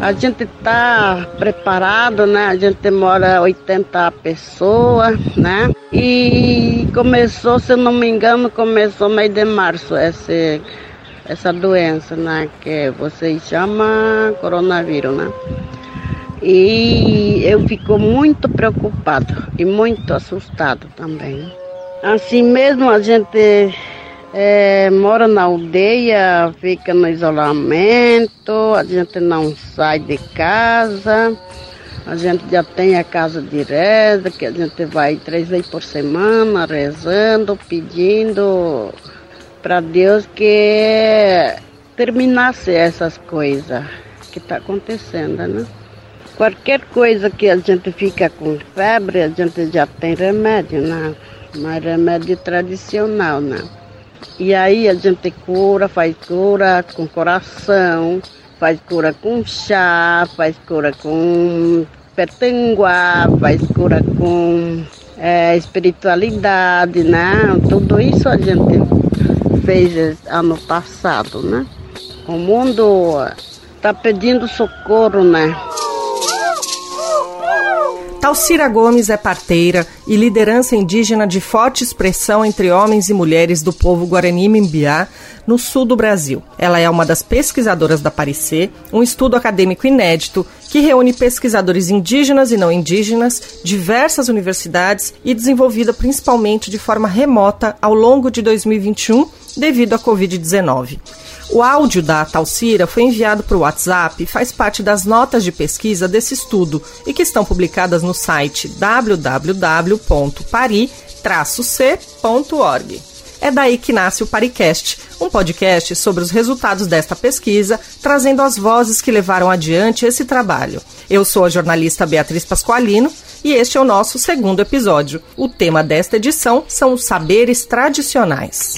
A gente está preparado, né? A gente mora 80 pessoas, né? E começou, se eu não me engano, começou mês de março essa doença, né? Que vocês chamam coronavírus, né? E eu fico muito preocupado e muito assustado também. Assim mesmo a gente mora na aldeia, fica no isolamento, a gente não sai de casa, a gente já tem a casa de reza, que a gente vai 3 vezes por semana rezando, pedindo para Deus que terminasse essas coisas que está acontecendo, né? Qualquer coisa que a gente fica com febre, a gente já tem remédio, né? Mas remédio tradicional, né? E aí a gente faz cura com coração, faz cura com chá, faz cura com petanguá, faz cura com espiritualidade, né? Tudo isso a gente fez ano passado, né? O mundo está pedindo socorro, né? Talcira Gomes é parteira e liderança indígena de forte expressão entre homens e mulheres do povo Guarani-Mimbiá, no sul do Brasil. Ela é uma das pesquisadoras da Parecê, um estudo acadêmico inédito que reúne pesquisadores indígenas e não indígenas, diversas universidades e desenvolvida principalmente de forma remota ao longo de 2021 devido à Covid-19. O áudio da Talcira foi enviado por WhatsApp e faz parte das notas de pesquisa desse estudo e que estão publicadas no site www.pari-c.org. É daí que nasce o PariCast, um podcast sobre os resultados desta pesquisa, trazendo as vozes que levaram adiante esse trabalho. Eu sou a jornalista Beatriz Pasqualino e este é o nosso segundo episódio. O tema desta edição são os saberes tradicionais.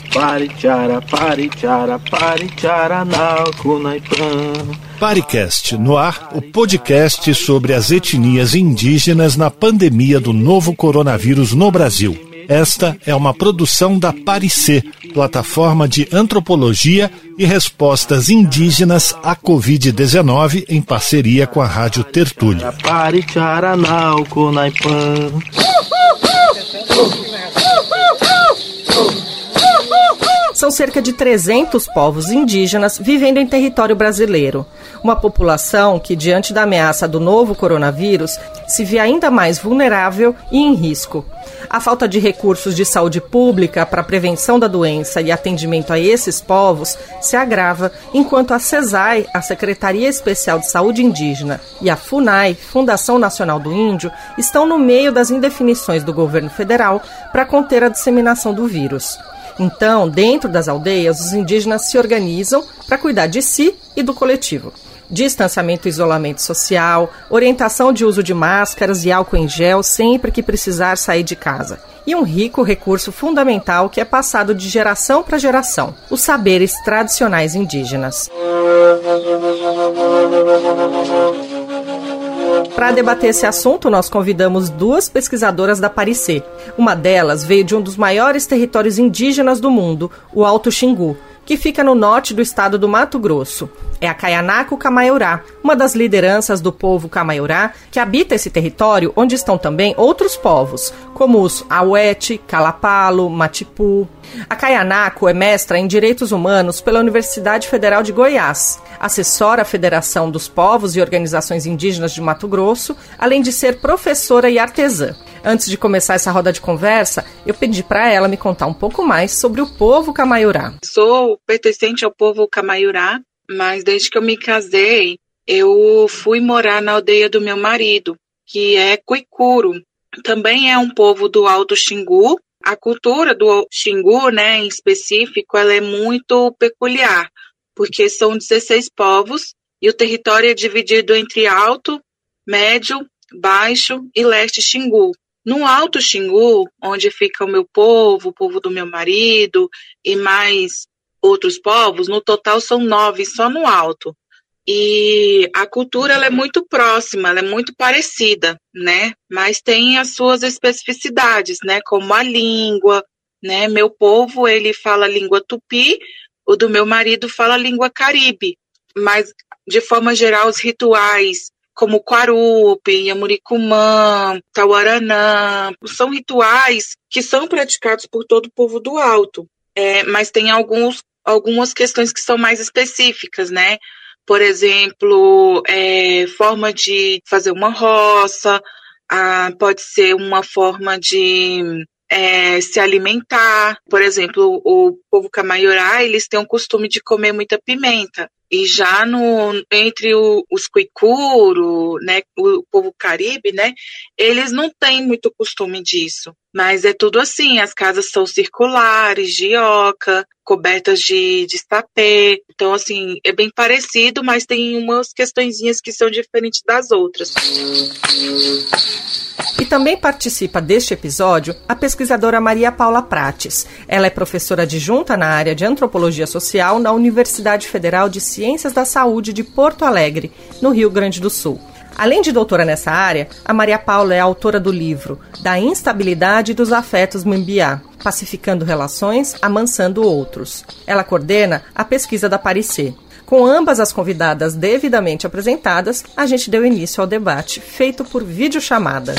PariCast, no ar, o podcast sobre as etnias indígenas na pandemia do novo coronavírus no Brasil. Esta é uma produção da Parecê, plataforma de antropologia e respostas indígenas à Covid-19 em parceria com a Rádio Tertúlia. São cerca de 300 povos indígenas vivendo em território brasileiro. Uma população que, diante da ameaça do novo coronavírus, se vê ainda mais vulnerável e em risco. A falta de recursos de saúde pública para a prevenção da doença e atendimento a esses povos se agrava, enquanto a SESAI, a Secretaria Especial de Saúde Indígena, e a FUNAI, Fundação Nacional do Índio, estão no meio das indefinições do governo federal para conter a disseminação do vírus. Então, dentro das aldeias, os indígenas se organizam para cuidar de si e do coletivo. Distanciamento e isolamento social, orientação de uso de máscaras e álcool em gel sempre que precisar sair de casa. E um rico recurso fundamental que é passado de geração para geração, os saberes tradicionais indígenas. Para debater esse assunto, nós convidamos duas pesquisadoras da Parecê. Uma delas veio de um dos maiores territórios indígenas do mundo, o Alto Xingu, que fica no norte do estado do Mato Grosso. É a Kayanaku Kamaiurá, uma das lideranças do povo Kamaiurá, que habita esse território, onde estão também outros povos, como os Auete, Calapalo, Matipu. A Kayanaku é mestra em Direitos Humanos pela Universidade Federal de Goiás, assessora à Federação dos Povos e Organizações Indígenas de Mato Grosso, além de ser professora e artesã. Antes de começar essa roda de conversa, eu pedi para ela me contar um pouco mais sobre o povo Kamaiurá. Sou pertencente ao povo Kamaiurá, mas desde que eu me casei, eu fui morar na aldeia do meu marido, que é Cuicuro. Também é um povo do Alto Xingu. A cultura do Xingu, né, em específico, ela é muito peculiar, porque são 16 povos e o território é dividido entre Alto, Médio, Baixo e Leste Xingu. No Alto Xingu, onde fica o meu povo, o povo do meu marido e mais outros povos, no total são 9 só no Alto. E a cultura ela é muito próxima, ela é muito parecida, né? Mas tem as suas especificidades, né? Como a língua, né? Meu povo, ele fala a língua tupi, o do meu marido fala a língua caribe. Mas de forma geral, os rituais, como Quarupi, Yamuricumã, Tauaranã, são rituais que são praticados por todo o povo do Alto, mas tem algumas questões que são mais específicas, né? Por exemplo, forma de fazer uma roça, pode ser uma forma de se alimentar. Por exemplo, o povo Camaiorá, eles têm o costume de comer muita pimenta. E já entre os Cuicuro, né, o povo Caribe, né, eles não têm muito costume disso. Mas é tudo assim, as casas são circulares, de oca, cobertas de sapé. Então, assim, é bem parecido, mas tem umas questõezinhas que são diferentes das outras. E também participa deste episódio a pesquisadora Maria Paula Prates. Ela é professora adjunta na área de Antropologia Social na Universidade Federal de Ciências da Saúde de Porto Alegre, no Rio Grande do Sul. Além de doutora nessa área, a Maria Paula é autora do livro Da Instabilidade dos Afetos Mambiá, Pacificando Relações, Amansando Outros. Ela coordena a pesquisa da Parisê. Com ambas as convidadas devidamente apresentadas, a gente deu início ao debate, feito por videochamada.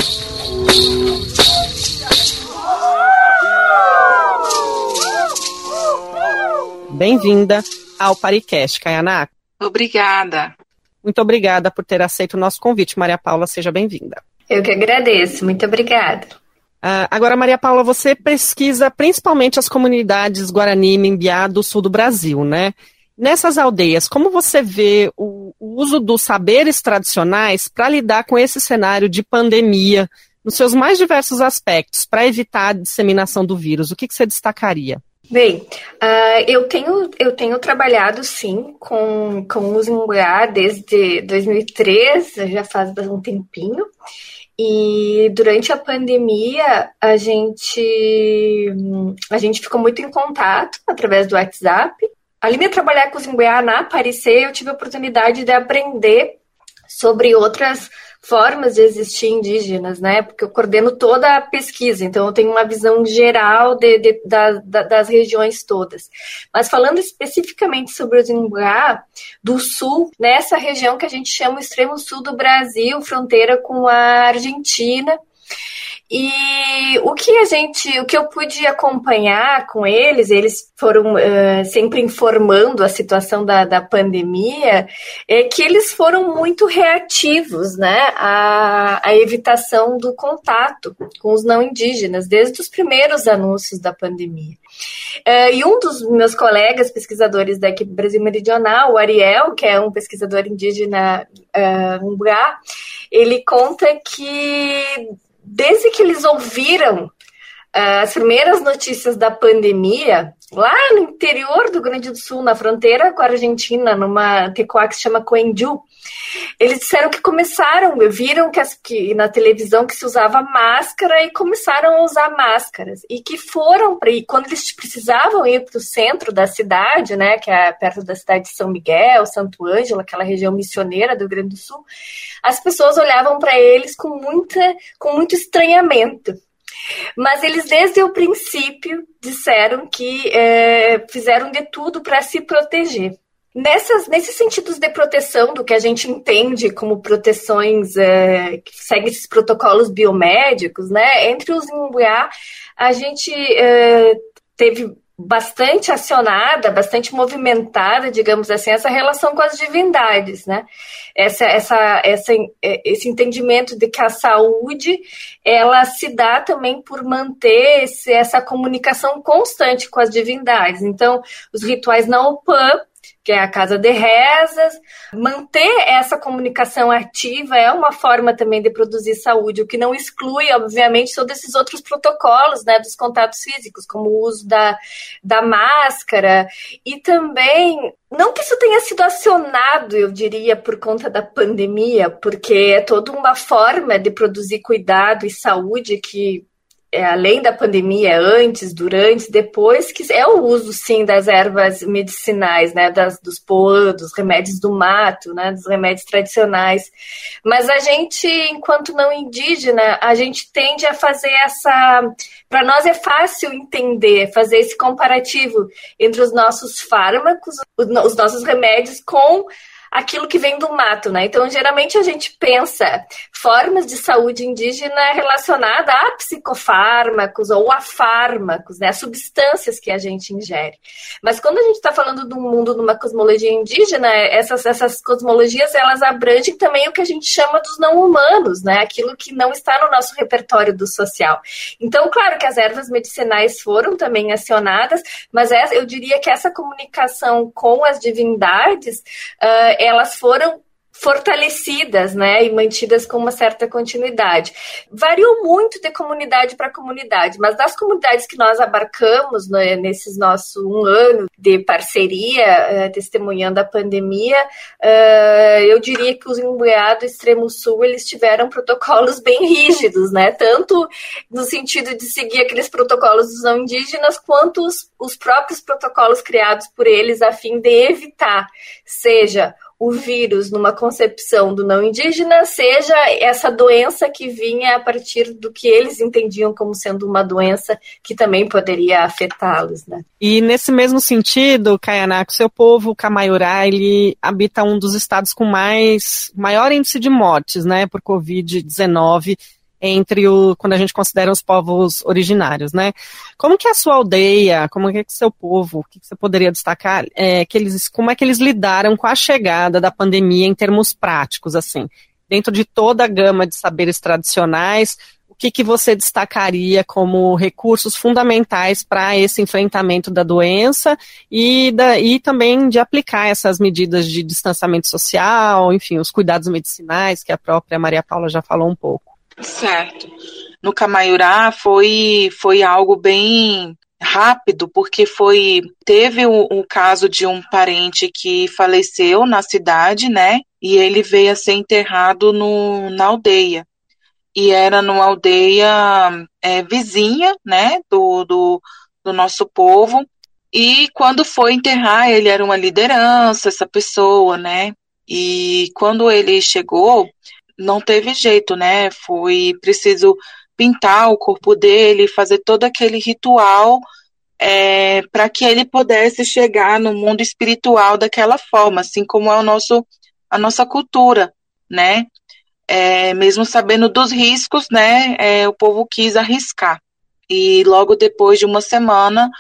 Bem-vinda ao Paricast, Kayana. Obrigada. Muito obrigada por ter aceito o nosso convite, Maria Paula, seja bem-vinda. Eu que agradeço, muito obrigada. Agora, Maria Paula, você pesquisa principalmente as comunidades Guarani e Mambiá do sul do Brasil, né? Nessas aldeias, como você vê o uso dos saberes tradicionais para lidar com esse cenário de pandemia, nos seus mais diversos aspectos, para evitar a disseminação do vírus? O que você destacaria? Bem, eu tenho trabalhado, sim, com o Zimbuá desde 2003, já faz um tempinho, e durante a pandemia a gente ficou muito em contato através do WhatsApp. Além de trabalhar com o Zimbuá na Parisê, eu tive a oportunidade de aprender sobre outras formas de existir indígenas, né? Porque eu coordeno toda a pesquisa, então eu tenho uma visão geral das regiões todas. Mas falando especificamente sobre o Zimbuá do sul, nessa região que a gente chama o extremo sul do Brasil, fronteira com a Argentina. E o que eu pude acompanhar com eles foram sempre informando a situação da pandemia, é que eles foram muito reativos, né, à evitação do contato com os não indígenas, desde os primeiros anúncios da pandemia. E um dos meus colegas pesquisadores da equipe Brasil Meridional, o Ariel, que é um pesquisador indígena Umbuá, ele conta que desde que eles ouviram as primeiras notícias da pandemia, lá no interior do Rio Grande do Sul, na fronteira com a Argentina, numa tecoá que se chama Coenju, eles disseram que viram que na televisão que se usava máscara e começaram a usar máscaras. E que quando eles precisavam ir para o centro da cidade, né, que é perto da cidade de São Miguel, Santo Ângelo, aquela região missioneira do Rio Grande do Sul, as pessoas olhavam para eles com muito estranhamento. Mas eles, desde o princípio, disseram que fizeram de tudo para se proteger. Nesses sentidos de proteção, do que a gente entende como proteções que seguem esses protocolos biomédicos, né? Entre os Zimbuá, a gente teve bastante acionada, bastante movimentada, digamos assim, essa relação com as divindades, né? Esse entendimento de que a saúde, ela se dá também por manter essa comunicação constante com as divindades. Então, os rituais na Opã, que é a casa de rezas, manter essa comunicação ativa é uma forma também de produzir saúde, o que não exclui, obviamente, todos esses outros protocolos, né, dos contatos físicos, como o uso da máscara, e também, não que isso tenha sido acionado, eu diria, por conta da pandemia, porque é toda uma forma de produzir cuidado e saúde que, além da pandemia, antes, durante, depois, que é o uso, sim, das ervas medicinais, né, dos poã, dos remédios do mato, né, dos remédios tradicionais. Mas a gente, enquanto não indígena, a gente tende a fazer para nós é fácil entender, fazer esse comparativo entre os nossos fármacos, os nossos remédios com aquilo que vem do mato, né? Então, geralmente a gente pensa formas de saúde indígena relacionada a psicofármacos ou a fármacos, né? Substâncias que a gente ingere. Mas quando a gente está falando do mundo numa cosmologia indígena, essas cosmologias, elas abrangem também o que a gente chama dos não humanos, né? Aquilo que não está no nosso repertório do social. Então, claro que as ervas medicinais foram também acionadas, mas eu diria que essa comunicação com as divindades, elas foram fortalecidas, né, e mantidas com uma certa continuidade. Variou muito de comunidade para comunidade, mas das comunidades que nós abarcamos, né, nesses nossos 1 ano de parceria, testemunhando a pandemia, eu diria que os Imbuiá do Extremo Sul, eles tiveram protocolos bem rígidos, né, tanto no sentido de seguir aqueles protocolos dos não indígenas, quanto os próprios protocolos criados por eles a fim de evitar, seja o vírus numa concepção do não indígena, seja essa doença que vinha a partir do que eles entendiam como sendo uma doença que também poderia afetá-los, né? E nesse mesmo sentido, Kayana, o seu povo, o Camaiurá, ele habita um dos estados com maior índice de mortes, né, por Covid-19, quando a gente considera os povos originários, né? Como que a sua aldeia, como é que seu povo, o que você poderia destacar, como é que eles lidaram com a chegada da pandemia em termos práticos, assim? Dentro de toda a gama de saberes tradicionais, o que você destacaria como recursos fundamentais para esse enfrentamento da doença e também de aplicar essas medidas de distanciamento social, enfim, os cuidados medicinais, que a própria Maria Paula já falou um pouco? Certo. No Camaiurá foi algo bem rápido, porque teve o caso de um parente que faleceu na cidade, né? E ele veio a ser enterrado na aldeia. E era numa aldeia vizinha, né? Do nosso povo. E quando foi enterrar, ele era uma liderança, essa pessoa, né? E quando ele chegou, não teve jeito, né? Foi preciso pintar o corpo dele, fazer todo aquele ritual para que ele pudesse chegar no mundo espiritual daquela forma, assim como é a nossa cultura, né? Mesmo sabendo dos riscos, né? O povo quis arriscar. E logo depois de uma semana,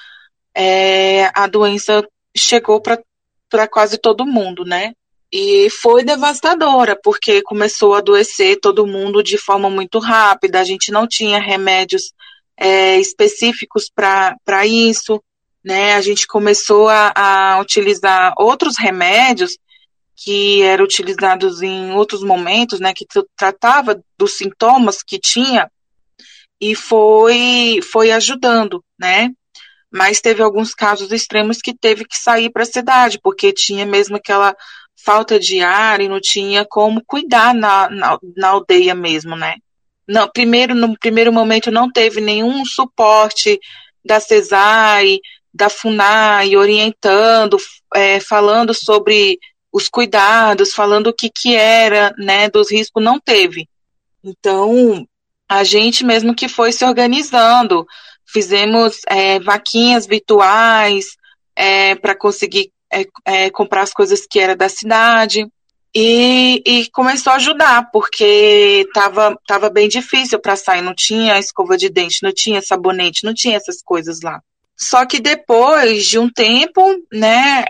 a doença chegou para quase todo mundo, né? E foi devastadora, porque começou a adoecer todo mundo de forma muito rápida, a gente não tinha remédios específicos para isso, né? A gente começou a utilizar outros remédios que eram utilizados em outros momentos, né? Que tratava dos sintomas que tinha e foi ajudando, né? Mas teve alguns casos extremos que teve que sair para a cidade, porque tinha mesmo aquela falta de ar e não tinha como cuidar na aldeia mesmo, né? No primeiro momento não teve nenhum suporte da CESAI, da FUNAI, orientando, falando sobre os cuidados, falando o que era, né, dos riscos, não teve. Então, a gente mesmo que foi se organizando, fizemos vaquinhas virtuais para conseguir comprar as coisas que era da cidade e começou a ajudar, porque tava bem difícil para sair, não tinha escova de dente, não tinha sabonete, não tinha essas coisas lá. Só que depois de um tempo, né,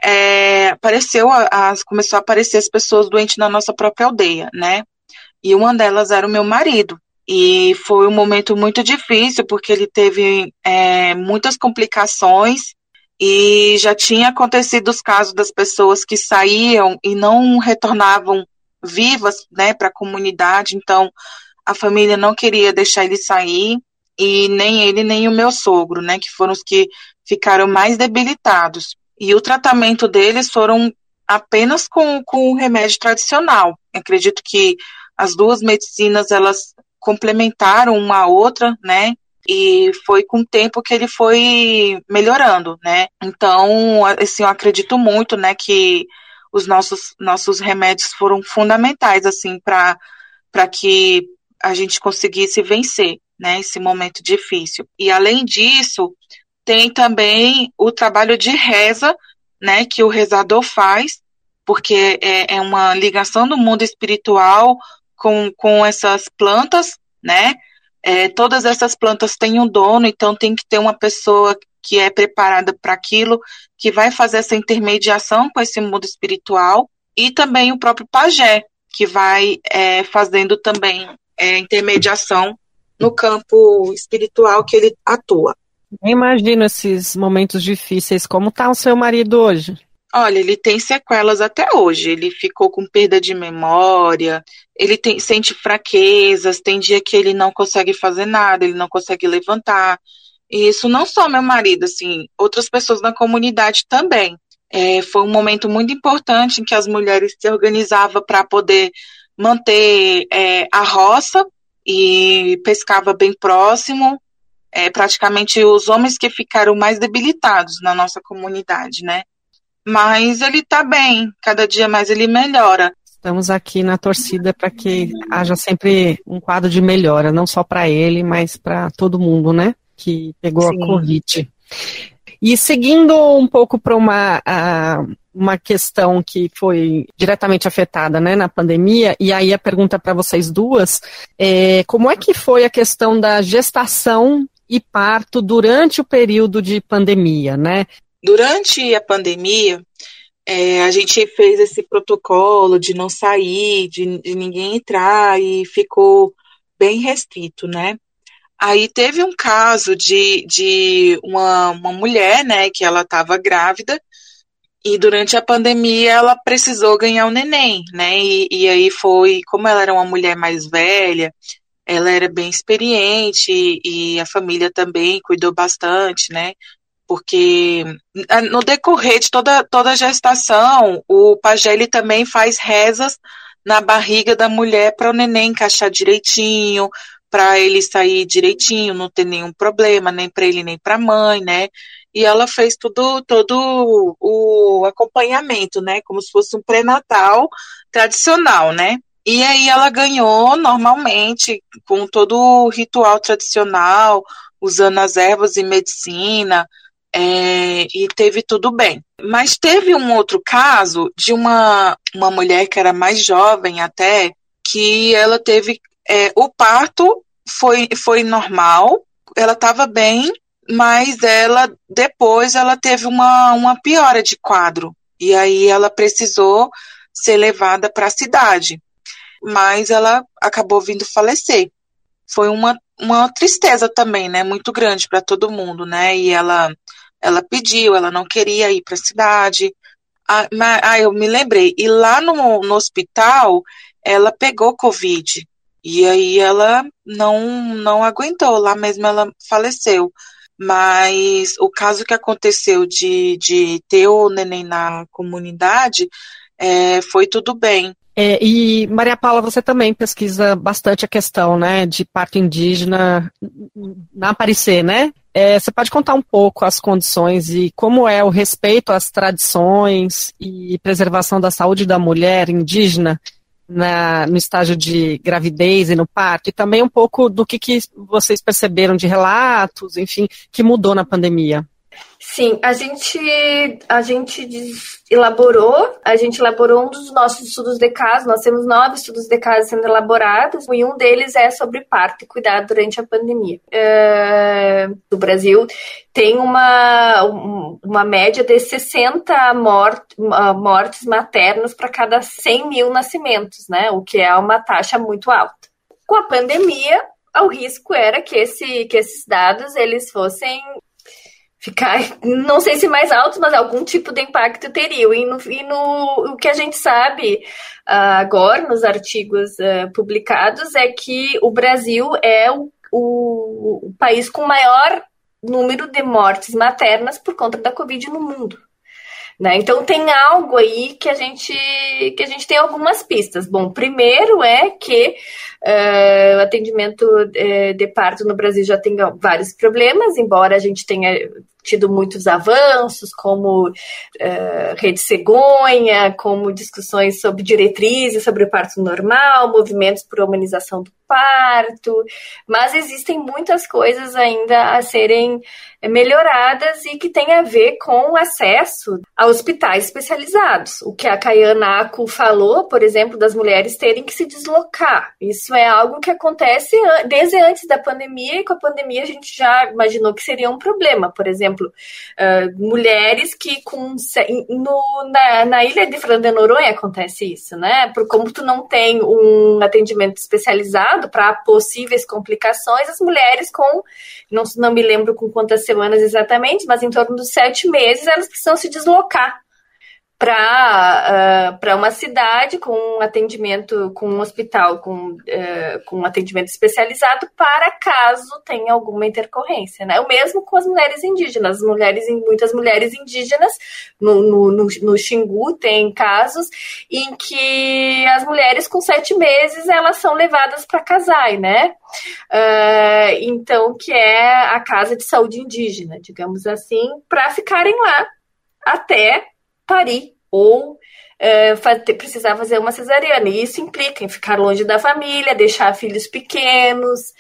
começou a aparecer as pessoas doentes na nossa própria aldeia, né, e uma delas era o meu marido. E foi um momento muito difícil, porque ele teve muitas complicações. E já tinha acontecido os casos das pessoas que saíam e não retornavam vivas, né, para a comunidade. Então, a família não queria deixar ele sair, e nem ele, nem o meu sogro, né, que foram os que ficaram mais debilitados. E o tratamento deles foram apenas com o remédio tradicional. Acredito que as duas medicinas, elas complementaram uma a outra, né, e foi com o tempo que ele foi melhorando, né? Então, assim, eu acredito muito, né, que os nossos remédios foram fundamentais, assim, para que a gente conseguisse vencer, né, esse momento difícil. E, além disso, tem também o trabalho de reza, né, que o rezador faz, porque é uma ligação do mundo espiritual com essas plantas, né? Todas essas plantas têm um dono, então tem que ter uma pessoa que é preparada para aquilo, que vai fazer essa intermediação com esse mundo espiritual, e também o próprio pajé, que vai fazendo também intermediação no campo espiritual que ele atua. Eu imagino esses momentos difíceis. Como está o seu marido hoje? Olha, ele tem sequelas até hoje. Ele ficou com perda de memória, ele sente fraquezas, tem dia que ele não consegue fazer nada, ele não consegue levantar. E isso não só meu marido, assim, outras pessoas na comunidade também. Foi um momento muito importante em que as mulheres se organizavam para poder manter a roça e pescava bem próximo. Praticamente os homens que ficaram mais debilitados na nossa comunidade, né? Mas ele tá bem, cada dia mais ele melhora. Estamos aqui na torcida para que haja sempre um quadro de melhora, não só para ele, mas para todo mundo, né? Que pegou Sim. a Covid. E seguindo um pouco para uma questão que foi diretamente afetada, né, na pandemia, e aí a pergunta para vocês duas, como é que foi a questão da gestação e parto durante o período de pandemia, né? Durante a pandemia, a gente fez esse protocolo de não sair, de ninguém entrar, e ficou bem restrito, né? Aí teve um caso de uma mulher, né, que ela estava grávida, e durante a pandemia ela precisou ganhar um neném, né? E aí foi, como ela era uma mulher mais velha, ela era bem experiente, e a família também cuidou bastante, né? Porque no decorrer de toda a gestação, o pajé ele também faz rezas na barriga da mulher para o neném encaixar direitinho, para ele sair direitinho, não ter nenhum problema, nem para ele nem para a mãe, né? E ela fez todo o acompanhamento, né? Como se fosse um pré-natal tradicional, né? E aí ela ganhou normalmente, com todo o ritual tradicional, usando as ervas e medicina, e teve tudo bem. Mas teve um outro caso de uma mulher que era mais jovem até, que ela teve, o parto foi normal, ela estava bem, mas depois ela teve uma piora de quadro, e aí ela precisou ser levada para a cidade, mas ela acabou vindo falecer. Foi uma tristeza também, né, muito grande para todo mundo, né, e ela pediu, ela não queria ir para a cidade. Eu me lembrei, e lá no hospital, ela pegou Covid, e aí ela não aguentou, lá mesmo ela faleceu. Mas o caso que aconteceu de ter o neném na comunidade, foi tudo bem. E, Maria Paula, você também pesquisa bastante a questão, né, de parto indígena na Paricê, né? Você pode contar um pouco as condições e como é o respeito às tradições e preservação da saúde da mulher indígena no estágio de gravidez e no parto, e também um pouco do que vocês perceberam de relatos, enfim, que mudou na pandemia? Sim, a gente elaborou um dos nossos estudos de caso. Nós temos 9 estudos de caso sendo elaborados, e um deles é sobre parto e cuidado durante a pandemia. No Brasil tem uma média de 60 mortes maternas para cada 100 mil nascimentos, né? O que é uma taxa muito alta. Com a pandemia, o risco era que esses dados eles fossem ficar, não sei se mais altos, mas algum tipo de impacto teriam. O que a gente sabe agora, nos artigos publicados, é que o Brasil é o país com maior número de mortes maternas por conta da Covid no mundo. Né? Então tem algo aí que a gente tem algumas pistas. Bom, primeiro é que o atendimento de parto no Brasil já tem vários problemas, embora a gente tenha tido muitos avanços, como Rede Cegonha, como discussões sobre diretrizes, sobre o parto normal, movimentos por humanização parto, mas existem muitas coisas ainda a serem melhoradas e que tem a ver com o acesso a hospitais especializados. O que a Kayana Ako falou, por exemplo, das mulheres terem que se deslocar. Isso é algo que acontece desde antes da pandemia, e com a pandemia a gente já imaginou que seria um problema. Por exemplo, mulheres que na ilha de Fernando de Noronha acontece isso, né? Por como tu não tem um atendimento especializado para possíveis complicações, as mulheres não me lembro com quantas semanas exatamente, mas em torno dos 7 meses, elas precisam se deslocar para uma cidade com um atendimento, com um hospital, com um atendimento especializado para caso tenha alguma intercorrência, né? O mesmo com as mulheres indígenas. Muitas mulheres indígenas no Xingu tem casos em que as mulheres com 7 meses elas são levadas para Kasai, né? Então, que é a casa de saúde indígena, digamos assim, para ficarem lá até parir ou precisar fazer uma cesariana. E isso implica em ficar longe da família, deixar filhos pequenos.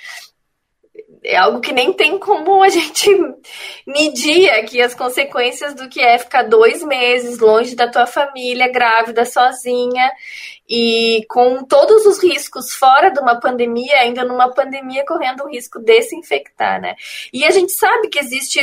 É algo que nem tem como a gente medir aqui as consequências do que é ficar 2 meses longe da tua família, grávida, sozinha, e com todos os riscos fora de uma pandemia, ainda numa pandemia correndo o risco de se infectar, né? E a gente sabe que existe...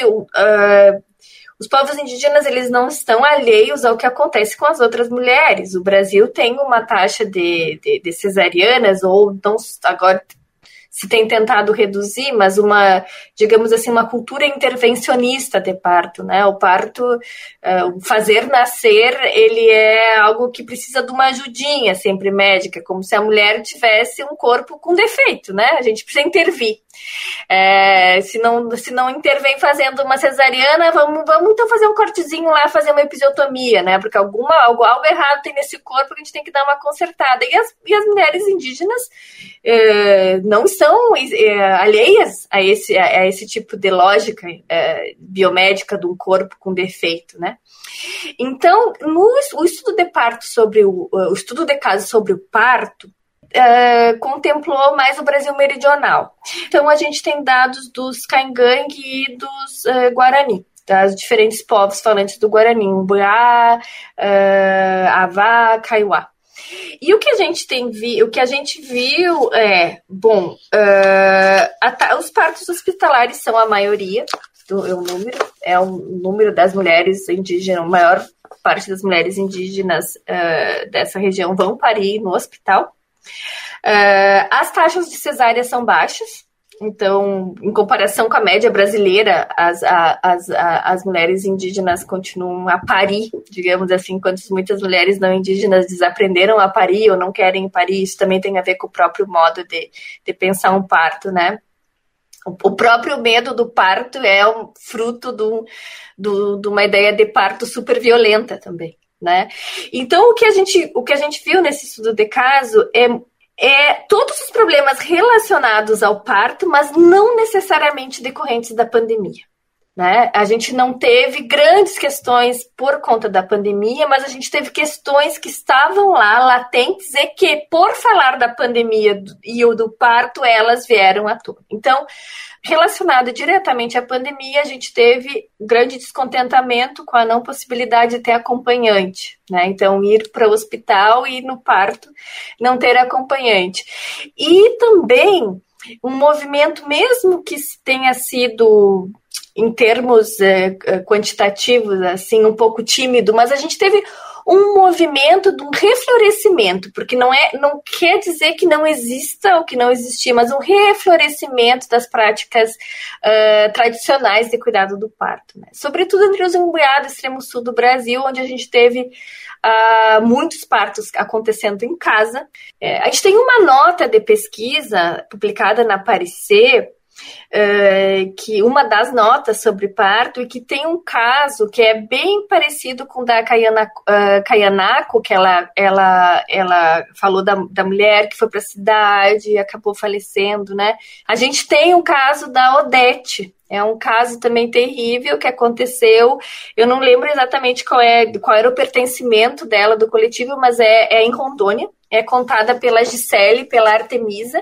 Os povos indígenas, eles não estão alheios ao que acontece com as outras mulheres. O Brasil tem uma taxa de cesarianas, ou não, agora se tem tentado reduzir, mas digamos assim, uma cultura intervencionista de parto, né? O parto, o fazer nascer, ele é algo que precisa de uma ajudinha sempre médica, como se a mulher tivesse um corpo com defeito, né? A gente precisa intervir. Se não intervém fazendo uma cesariana, vamos então fazer um cortezinho lá, fazer uma episiotomia, né? Porque algo errado tem nesse corpo que a gente tem que dar uma consertada. E as mulheres indígenas não estão alheias a esse tipo de lógica biomédica de um corpo com defeito, né? Então, o estudo de parto o estudo de caso sobre o parto contemplou mais o Brasil meridional. Então, a gente tem dados dos Caingangue e dos Guarani, das diferentes povos falantes do Guarani, Umbuá, Avá, Kaiowá. E o que a gente viu os partos hospitalares são a maioria, é o número das mulheres indígenas, a maior parte das mulheres indígenas dessa região vão parir no hospital. As taxas de cesárea são baixas, então, em comparação com a média brasileira, as mulheres indígenas continuam a parir, digamos assim, enquanto muitas mulheres não indígenas desaprenderam a parir ou não querem parir. Isso também tem a ver com o próprio modo de pensar um parto, né? O próprio medo do parto é um fruto de uma ideia de parto super violenta também, né? Então, o que a gente viu nesse estudo de caso é todos os problemas relacionados ao parto, mas não necessariamente decorrentes da pandemia, né? A gente não teve grandes questões por conta da pandemia, mas a gente teve questões que estavam lá, latentes, e que, por falar da pandemia e o do parto, elas vieram à tona. Então, relacionado diretamente à pandemia, a gente teve grande descontentamento com a não possibilidade de ter acompanhante, né? Então, ir para o hospital e no parto não ter acompanhante. E também um movimento, mesmo que tenha sido, em termos quantitativos, assim, um pouco tímido, mas a gente teve um movimento de um reflorescimento, porque não quer dizer que não exista ou que não existia, mas um reflorescimento das práticas tradicionais de cuidado do parto, né? Sobretudo entre os Umbuá do extremo sul do Brasil, onde a gente teve muitos partos acontecendo em casa. A gente tem uma nota de pesquisa publicada na Parecer, que uma das notas sobre parto, e que tem um caso que é bem parecido com o da Kayana Ako, que ela falou da mulher que foi para a cidade e acabou falecendo, né? A gente tem um caso da Odete. É um caso também terrível que aconteceu. Eu não lembro exatamente qual era o pertencimento dela do coletivo, mas é em Rondônia. é contada pela Gisele, pela Artemisa,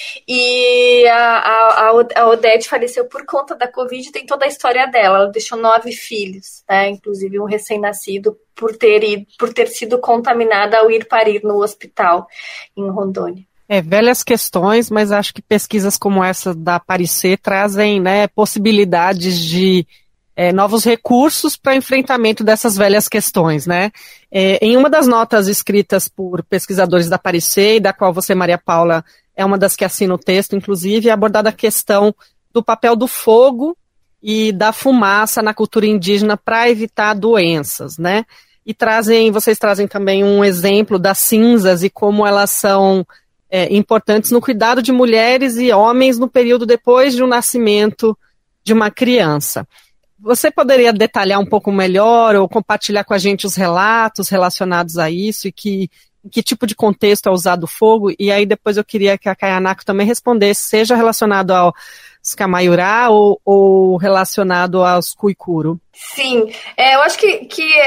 e a Odete faleceu por conta da Covid, tem toda a história dela, ela deixou 9 filhos, né? Inclusive um recém-nascido por ter sido contaminada ao ir parir no hospital em Rondônia. Velhas questões, mas acho que pesquisas como essa da Paris-C trazem, né, possibilidades de novos recursos para enfrentamento dessas velhas questões, né? Em uma das notas escritas por pesquisadores da Paris-C, e da qual você, Maria Paula, é uma das que assina o texto, inclusive, é abordada a questão do papel do fogo e da fumaça na cultura indígena para evitar doenças, né? E vocês trazem também um exemplo das cinzas e como elas são importantes no cuidado de mulheres e homens no período depois de um nascimento de uma criança. Você poderia detalhar um pouco melhor ou compartilhar com a gente os relatos relacionados a isso e em que tipo de contexto é usado o fogo? E aí depois eu queria que a Kayanaco também respondesse, seja relacionado aos Camaiurá ou relacionado aos Cuicuro. Sim, eu acho que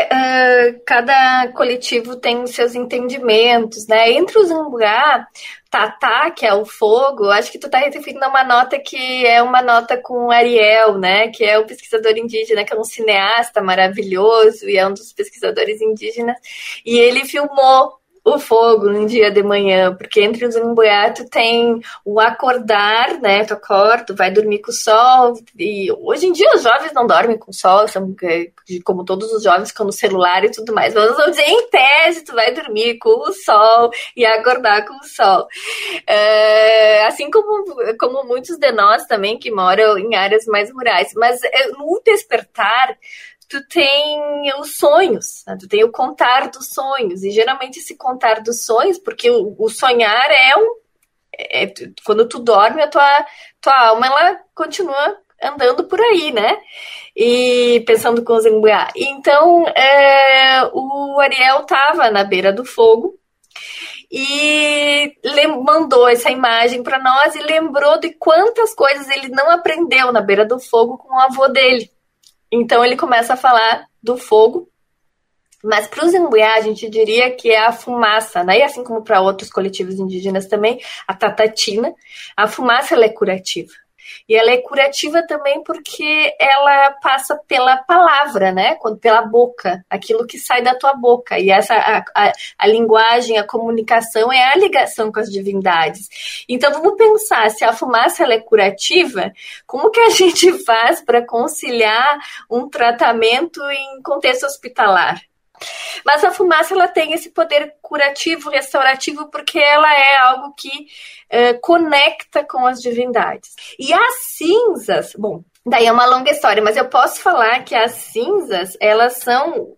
cada coletivo tem seus entendimentos, né? Entre os Zambugá, Tatá, que é o fogo, acho que tu tá referindo a uma nota que é uma nota com Ariel, né? Que é o pesquisador indígena, que é um cineasta maravilhoso e é um dos pesquisadores indígenas. E ele filmou o fogo num dia de manhã, porque entre os Zambugá tu tem o acordar, né? Tu acorda, vai dormir com o sol, e hoje em dia os jovens não dormem com o sol, como todos os jovens ficam no celular e tudo mais, mas vamos dizer, em tese, tu vai dormir com o sol e acordar com o sol. Assim como muitos de nós também que moram em áreas mais rurais, mas no despertar tu tem os sonhos, né? Tu tem o contar dos sonhos, e geralmente esse contar dos sonhos, porque o sonhar quando tu dorme, a tua alma, ela continua andando por aí, né? E pensando com os Zambugá. Então, o Ariel estava na beira do fogo, e mandou essa imagem para nós e lembrou de quantas coisas ele não aprendeu na beira do fogo com o avô dele. Então ele começa a falar do fogo, mas para os Zambugá a gente diria que é a fumaça, né? E assim como para outros coletivos indígenas também, a tatatina, a fumaça ela é curativa. E ela é curativa também porque ela passa pela palavra, né? Pela boca, aquilo que sai da tua boca. E a linguagem, a comunicação é a ligação com as divindades. Então vamos pensar, se a fumaça ela é curativa, como que a gente faz para conciliar um tratamento em contexto hospitalar? Mas a fumaça ela tem esse poder curativo, restaurativo, porque ela é algo que conecta com as divindades. E as cinzas, bom, daí é uma longa história, mas eu posso falar que as cinzas, elas são,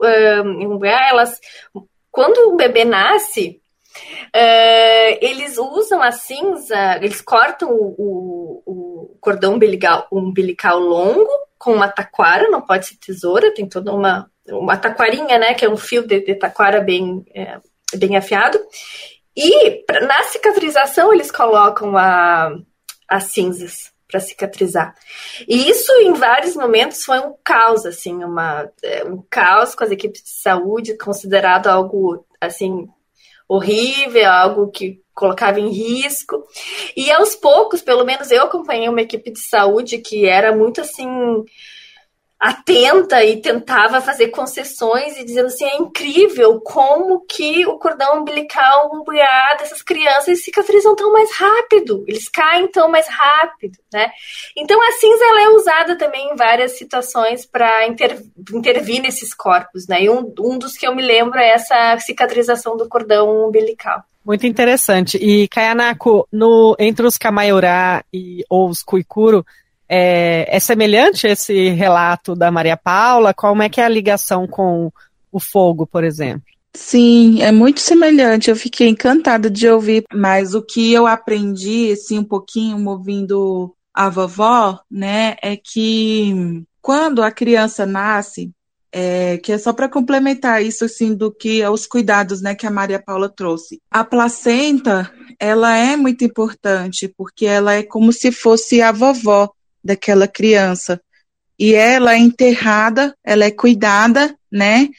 quando o bebê nasce, eles usam a cinza, eles cortam o cordão umbilical longo com uma taquara, não pode ser tesoura, tem toda uma taquarinha, né, que é um fio de taquara bem afiado. E na cicatrização eles colocam as cinzas para cicatrizar. E isso em vários momentos foi um caos, assim, um caos com as equipes de saúde, considerado algo assim horrível, algo que colocava em risco. E aos poucos, pelo menos eu acompanhei uma equipe de saúde que era muito assim atenta e tentava fazer concessões e dizendo assim, é incrível como que o cordão umbilical dessas crianças cicatrizam tão mais rápido, eles caem tão mais rápido, né? Então a cinza ela é usada também em várias situações para intervir nesses corpos, né? E um dos que eu me lembro é essa cicatrização do cordão umbilical. Muito interessante. E Kayanaco, entre os Camaiurá ou os Cuicuro, é semelhante esse relato da Maria Paula? Como é que é a ligação com o fogo, por exemplo? Sim, é muito semelhante. Eu fiquei encantada de ouvir, mas o que eu aprendi, assim, um pouquinho, ouvindo a vovó, né, é que quando a criança nasce, que é só para complementar isso, assim, do que os cuidados, né, que a Maria Paula trouxe. A placenta, ela é muito importante, porque ela é como se fosse a vovó daquela criança. E ela é enterrada, ela é cuidada, né,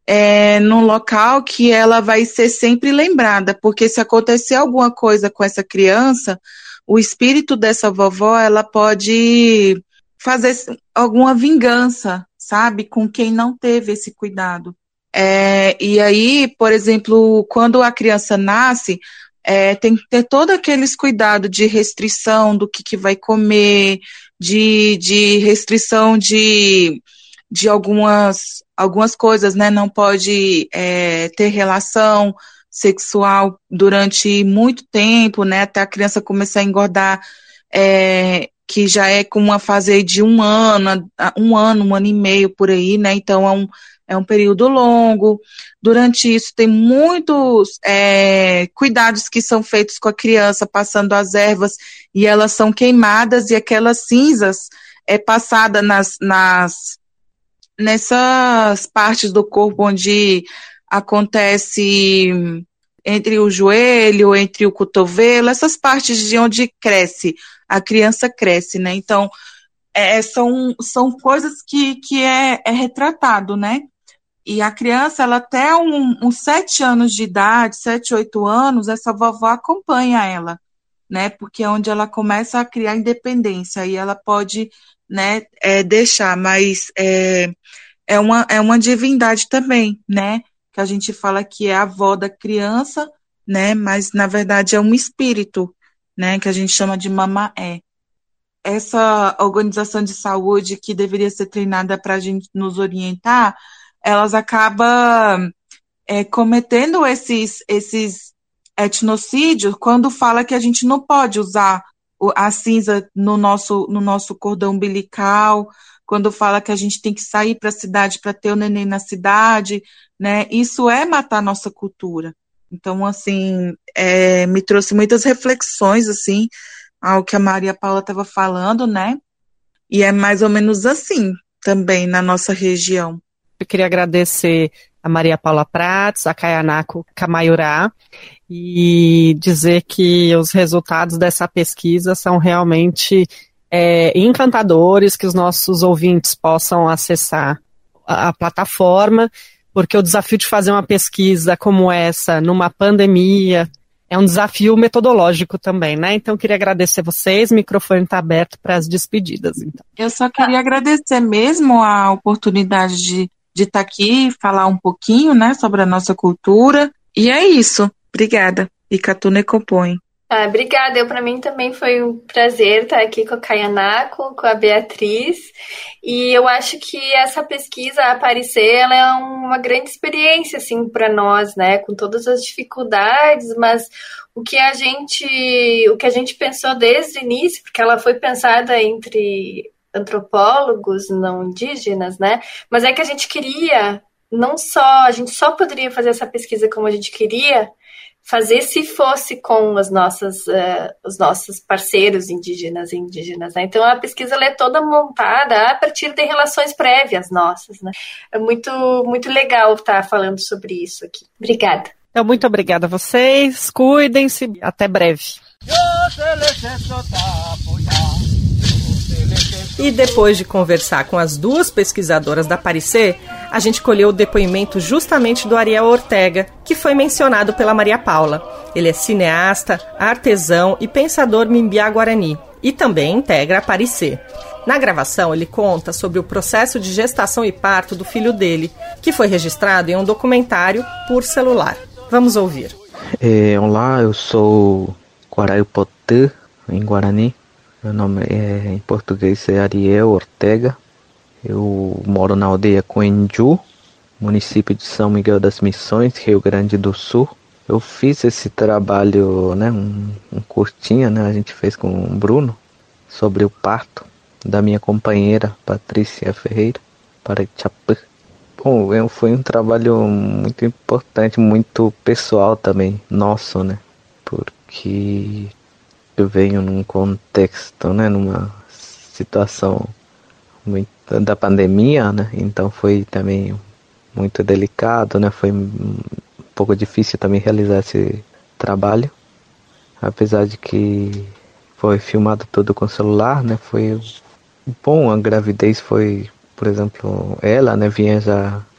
num local que ela vai ser sempre lembrada, porque se acontecer alguma coisa com essa criança, o espírito dessa vovó, ela pode fazer alguma vingança, sabe, com quem não teve esse cuidado. E aí, por exemplo, quando a criança nasce, tem que ter todos aqueles cuidados de restrição do que vai comer, de restrição de algumas coisas, né? Não pode ter relação sexual durante muito tempo, né? Até a criança começar a engordar, que já é com uma fase aí de um ano e meio por aí, né? Então é um período longo. Durante isso tem muitos cuidados que são feitos com a criança, passando as ervas, e elas são queimadas, e aquelas cinzas passadas nessas partes do corpo onde acontece entre o joelho, entre o cotovelo, essas partes de onde a criança cresce, né? Então, são coisas que é retratado, né? E a criança, ela até uns 7 anos de idade, 7, 8 anos, essa vovó acompanha ela, né? Porque é onde ela começa a criar independência, aí ela pode, né, deixar, mas é uma divindade também, né? Que a gente fala que é a avó da criança, né? Mas, na verdade, é um espírito, né? Que a gente chama de mamaé. Essa organização de saúde que deveria ser treinada para a gente nos orientar, elas acabam cometendo esses etnocídios quando fala que a gente não pode usar a cinza no nosso cordão umbilical, quando fala que a gente tem que sair para a cidade para ter o neném na cidade, né? Isso é matar a nossa cultura. Então, assim, me trouxe muitas reflexões, assim, ao que a Maria Paula estava falando, né? E é mais ou menos assim também na nossa região. Eu queria agradecer a Maria Paula Prats, a Kayanaku Kamayurá, e dizer que os resultados dessa pesquisa são realmente encantadores, que os nossos ouvintes possam acessar a plataforma, porque o desafio de fazer uma pesquisa como essa numa pandemia é um desafio metodológico também, né? Então, queria agradecer vocês, o microfone está aberto para as despedidas. Então. Eu só queria agradecer mesmo a oportunidade de estar aqui, falar um pouquinho, né, sobre a nossa cultura, e é isso. Obrigada. E Catune compõe. Obrigada, para mim também foi um prazer estar aqui com a Kayanaku, com a Beatriz, e eu acho que essa pesquisa, a Aparecer, ela é uma grande experiência, assim, para nós, né, com todas as dificuldades, mas o que a gente pensou desde o início, porque ela foi pensada entre antropólogos não indígenas, né, mas é que a gente queria, a gente só poderia fazer essa pesquisa como a gente queria, fazer se fosse com os nossos parceiros indígenas e indígenas, né? Então a pesquisa ela é toda montada a partir de relações prévias nossas, né? É muito, muito legal estar falando sobre isso aqui. Obrigada. Então, muito obrigada a vocês, cuidem-se, até breve. E depois de conversar com as duas pesquisadoras da Aparecer, a gente colheu o depoimento justamente do Ariel Ortega, que foi mencionado pela Maria Paula. Ele é cineasta, artesão e pensador Mimbiá-Guarani, e também integra a Aparecer. Na gravação, ele conta sobre o processo de gestação e parto do filho dele, que foi registrado em um documentário por celular. Vamos ouvir. Olá, eu sou Guaraio Potê, em Guarani. Meu nome em português é Ariel Ortega. Eu moro na aldeia Coenju, município de São Miguel das Missões, Rio Grande do Sul. Eu fiz esse trabalho, né, um curtinho, né, a gente fez com o Bruno, sobre o parto da minha companheira Patrícia Ferreira, para Itapã. Bom, foi um trabalho muito importante, muito pessoal também, nosso, né, porque eu venho num contexto, né, numa situação muito da pandemia, né, então foi também muito delicado, né, foi um pouco difícil também realizar esse trabalho, apesar de que foi filmado tudo com celular, né, foi bom, a gravidez foi, por exemplo, ela, né, vinha já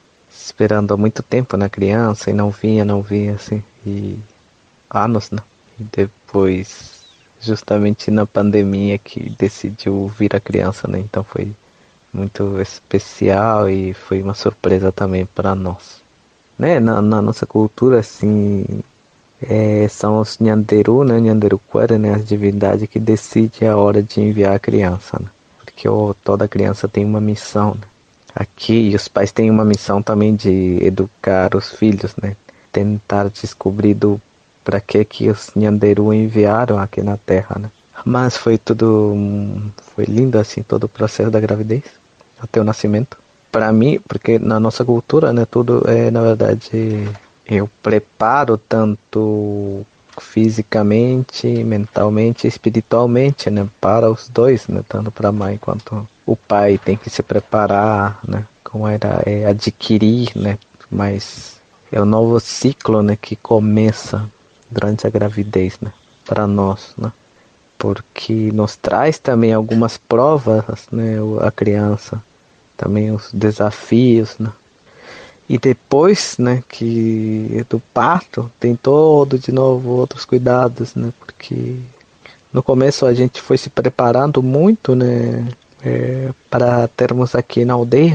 esperando há muito tempo na criança e não vinha, assim, e anos, né? E depois, justamente na pandemia que decidiu vir a criança, né? Então foi muito especial e foi uma surpresa também para nós. Né? Na nossa cultura, assim, são os Nyanderu, né? Nyanderuquara, né? As divindades que decidem a hora de enviar a criança, né? Porque toda criança tem uma missão, né? Aqui, e os pais têm uma missão também de educar os filhos, né? Tentar descobrir para que os Nyanderu enviaram aqui na Terra, né? Mas foi lindo, assim, todo o processo da gravidez, até o nascimento. Para mim, porque na nossa cultura, né, tudo é, na verdade, eu preparo tanto fisicamente, mentalmente, espiritualmente, né, para os dois, né, tanto para a mãe quanto o pai tem que se preparar, né, como adquirir, né, mas é um novo ciclo, né, que começa durante a gravidez, né, para nós, né, porque nos traz também algumas provas, né, a criança, também os desafios, né? E depois, né, que do parto, tem de novo outros cuidados, né? Porque no começo a gente foi se preparando muito, né, para termos aqui na aldeia,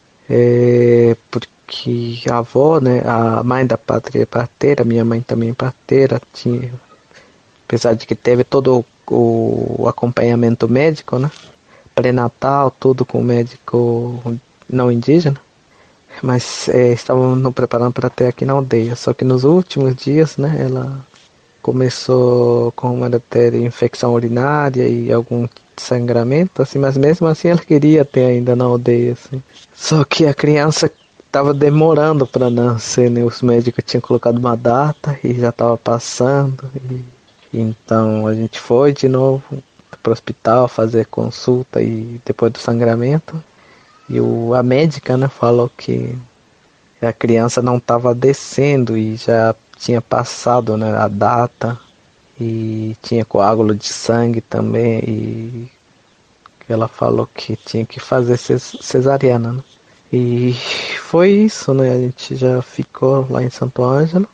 porque a avó, né, a mãe da pátria é parteira, minha mãe também é parteira, apesar de que teve todo o acompanhamento médico, né? Pré-natal, tudo com médico não indígena, mas estávamos nos preparando para ter aqui na aldeia. Só que nos últimos dias, né, ela começou com uma infecção urinária e algum sangramento, assim, mas mesmo assim ela queria ter ainda na aldeia, assim. Só que a criança estava demorando para nascer, né? Os médicos tinham colocado uma data e já estava passando, então a gente foi de novo para o hospital fazer consulta e depois do sangramento, e a médica, né, falou que a criança não estava descendo e já tinha passado, né, a data e tinha coágulo de sangue também, e ela falou que tinha que fazer cesariana, né? E foi isso, né? A gente já ficou lá em Santo Ângelo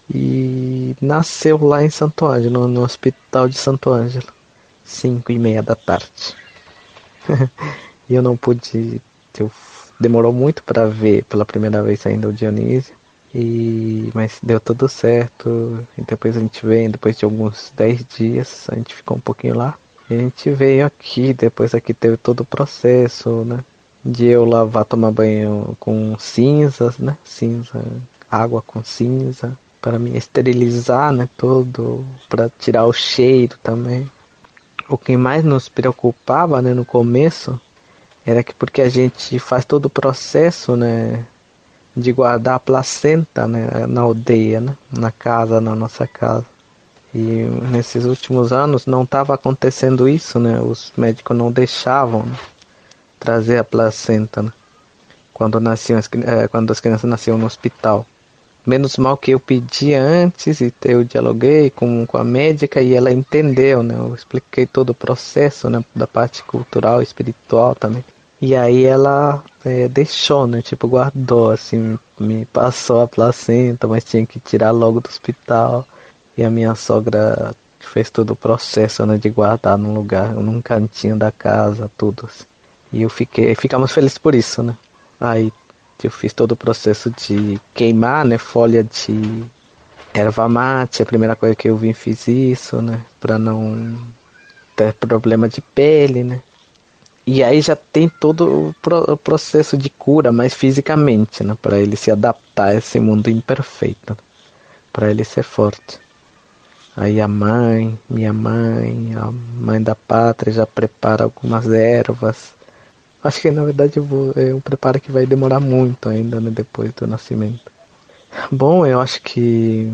e nasceu lá em Santo Ângelo, no hospital de Santo Ângelo, 5:30 da tarde. E eu não pude, demorou muito para ver pela primeira vez ainda o Dionísio, mas deu tudo certo. E depois a gente veio, depois de alguns 10 dias, a gente ficou um pouquinho lá. E a gente veio aqui, depois aqui teve todo o processo, né? De eu lavar, tomar banho com cinzas, né? Água com cinza, para me esterilizar, né? Todo, para tirar o cheiro também. O que mais nos preocupava, né, no começo, era que porque a gente faz todo o processo, né, de guardar a placenta, né, na aldeia, né, na nossa casa. E nesses últimos anos não estava acontecendo isso, né, os médicos não deixavam, né, trazer a placenta, né, quando as crianças nasciam no hospital. Menos mal que eu pedi antes e eu dialoguei com a médica e ela entendeu, né? Eu expliquei todo o processo, né? Da parte cultural e espiritual também. E aí ela deixou, né? Tipo, guardou, assim, me passou a placenta, mas tinha que tirar logo do hospital. E a minha sogra fez todo o processo, né? De guardar num lugar, num cantinho da casa, tudo assim. E ficamos felizes por isso, né? Aí eu fiz todo o processo de queimar, né, folha de erva mate, a primeira coisa que eu fiz isso, né, para não ter problema de pele, né. E aí já tem todo o processo de cura, mas fisicamente, né, para ele se adaptar a esse mundo imperfeito, né, para ele ser forte. Aí minha mãe, a mãe da pátria já prepara algumas ervas. Acho que na verdade é um preparo que vai demorar muito ainda, né, depois do nascimento. Bom, eu acho que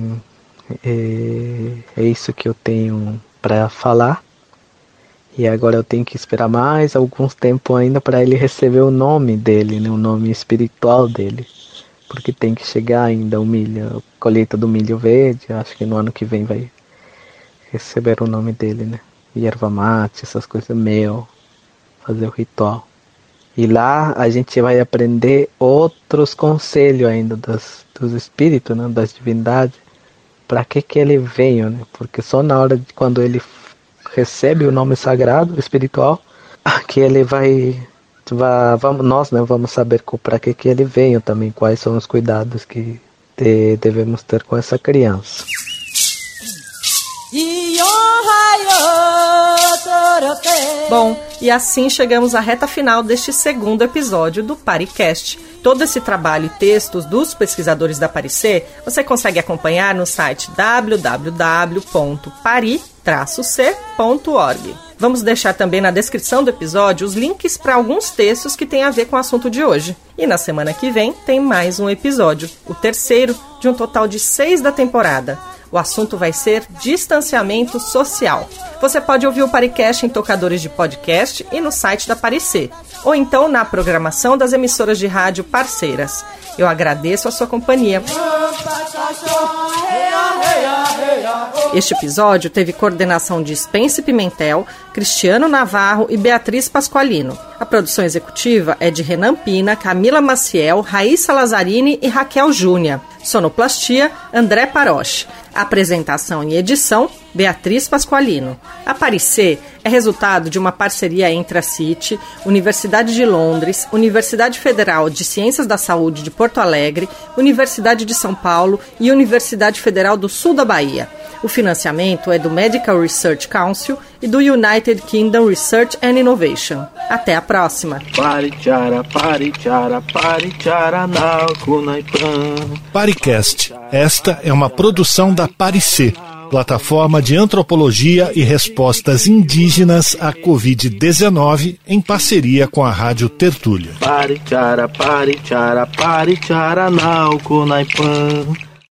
é isso que eu tenho para falar. E agora eu tenho que esperar mais alguns tempo ainda para ele receber o nome dele, né, o nome espiritual dele. Porque tem que chegar ainda a colheita do milho verde. Acho que no ano que vem vai receber o nome dele, né? E erva mate, essas coisas, mel, fazer o ritual. E lá a gente vai aprender outros conselhos ainda dos espíritos, né, das divindades, para que ele veio, né? Porque só na hora de quando ele recebe o nome sagrado espiritual que ele nós, né, vamos saber para que ele veio também, quais são os cuidados que devemos ter com essa criança. Bom, e assim chegamos à reta final deste segundo episódio do PariCast. Todo esse trabalho e textos dos pesquisadores da Pari-C você consegue acompanhar no site www.pari-c.org. Vamos deixar também na descrição do episódio os links para alguns textos que têm a ver com o assunto de hoje. E na semana que vem tem mais um episódio, o terceiro de um total de 6 da temporada. O assunto vai ser distanciamento social. Você pode ouvir o PariCast em tocadores de podcast e no site da Pari-C, ou então na programação das emissoras de rádio parceiras. Eu agradeço a sua companhia. Este episódio teve coordenação de Spence Pimentel, Cristiano Navarro e Beatriz Pasqualino. A produção executiva é de Renan Pina, Camila Maciel, Raíssa Lazzarini e Raquel Júnia. Sonoplastia, André Paroche. Apresentação e edição, Beatriz Pasqualino. A Pari-C é resultado de uma parceria entre a CIT, Universidade de Londres, Universidade Federal de Ciências da Saúde de Porto Alegre, Universidade de São Paulo e Universidade Federal do Sul da Bahia. O financiamento é do Medical Research Council e do United Kingdom Research and Innovation. Até a próxima! PariCast. Esta é uma produção da Pari-C, plataforma de antropologia e respostas indígenas à Covid-19 em parceria com a Rádio Tertúlia.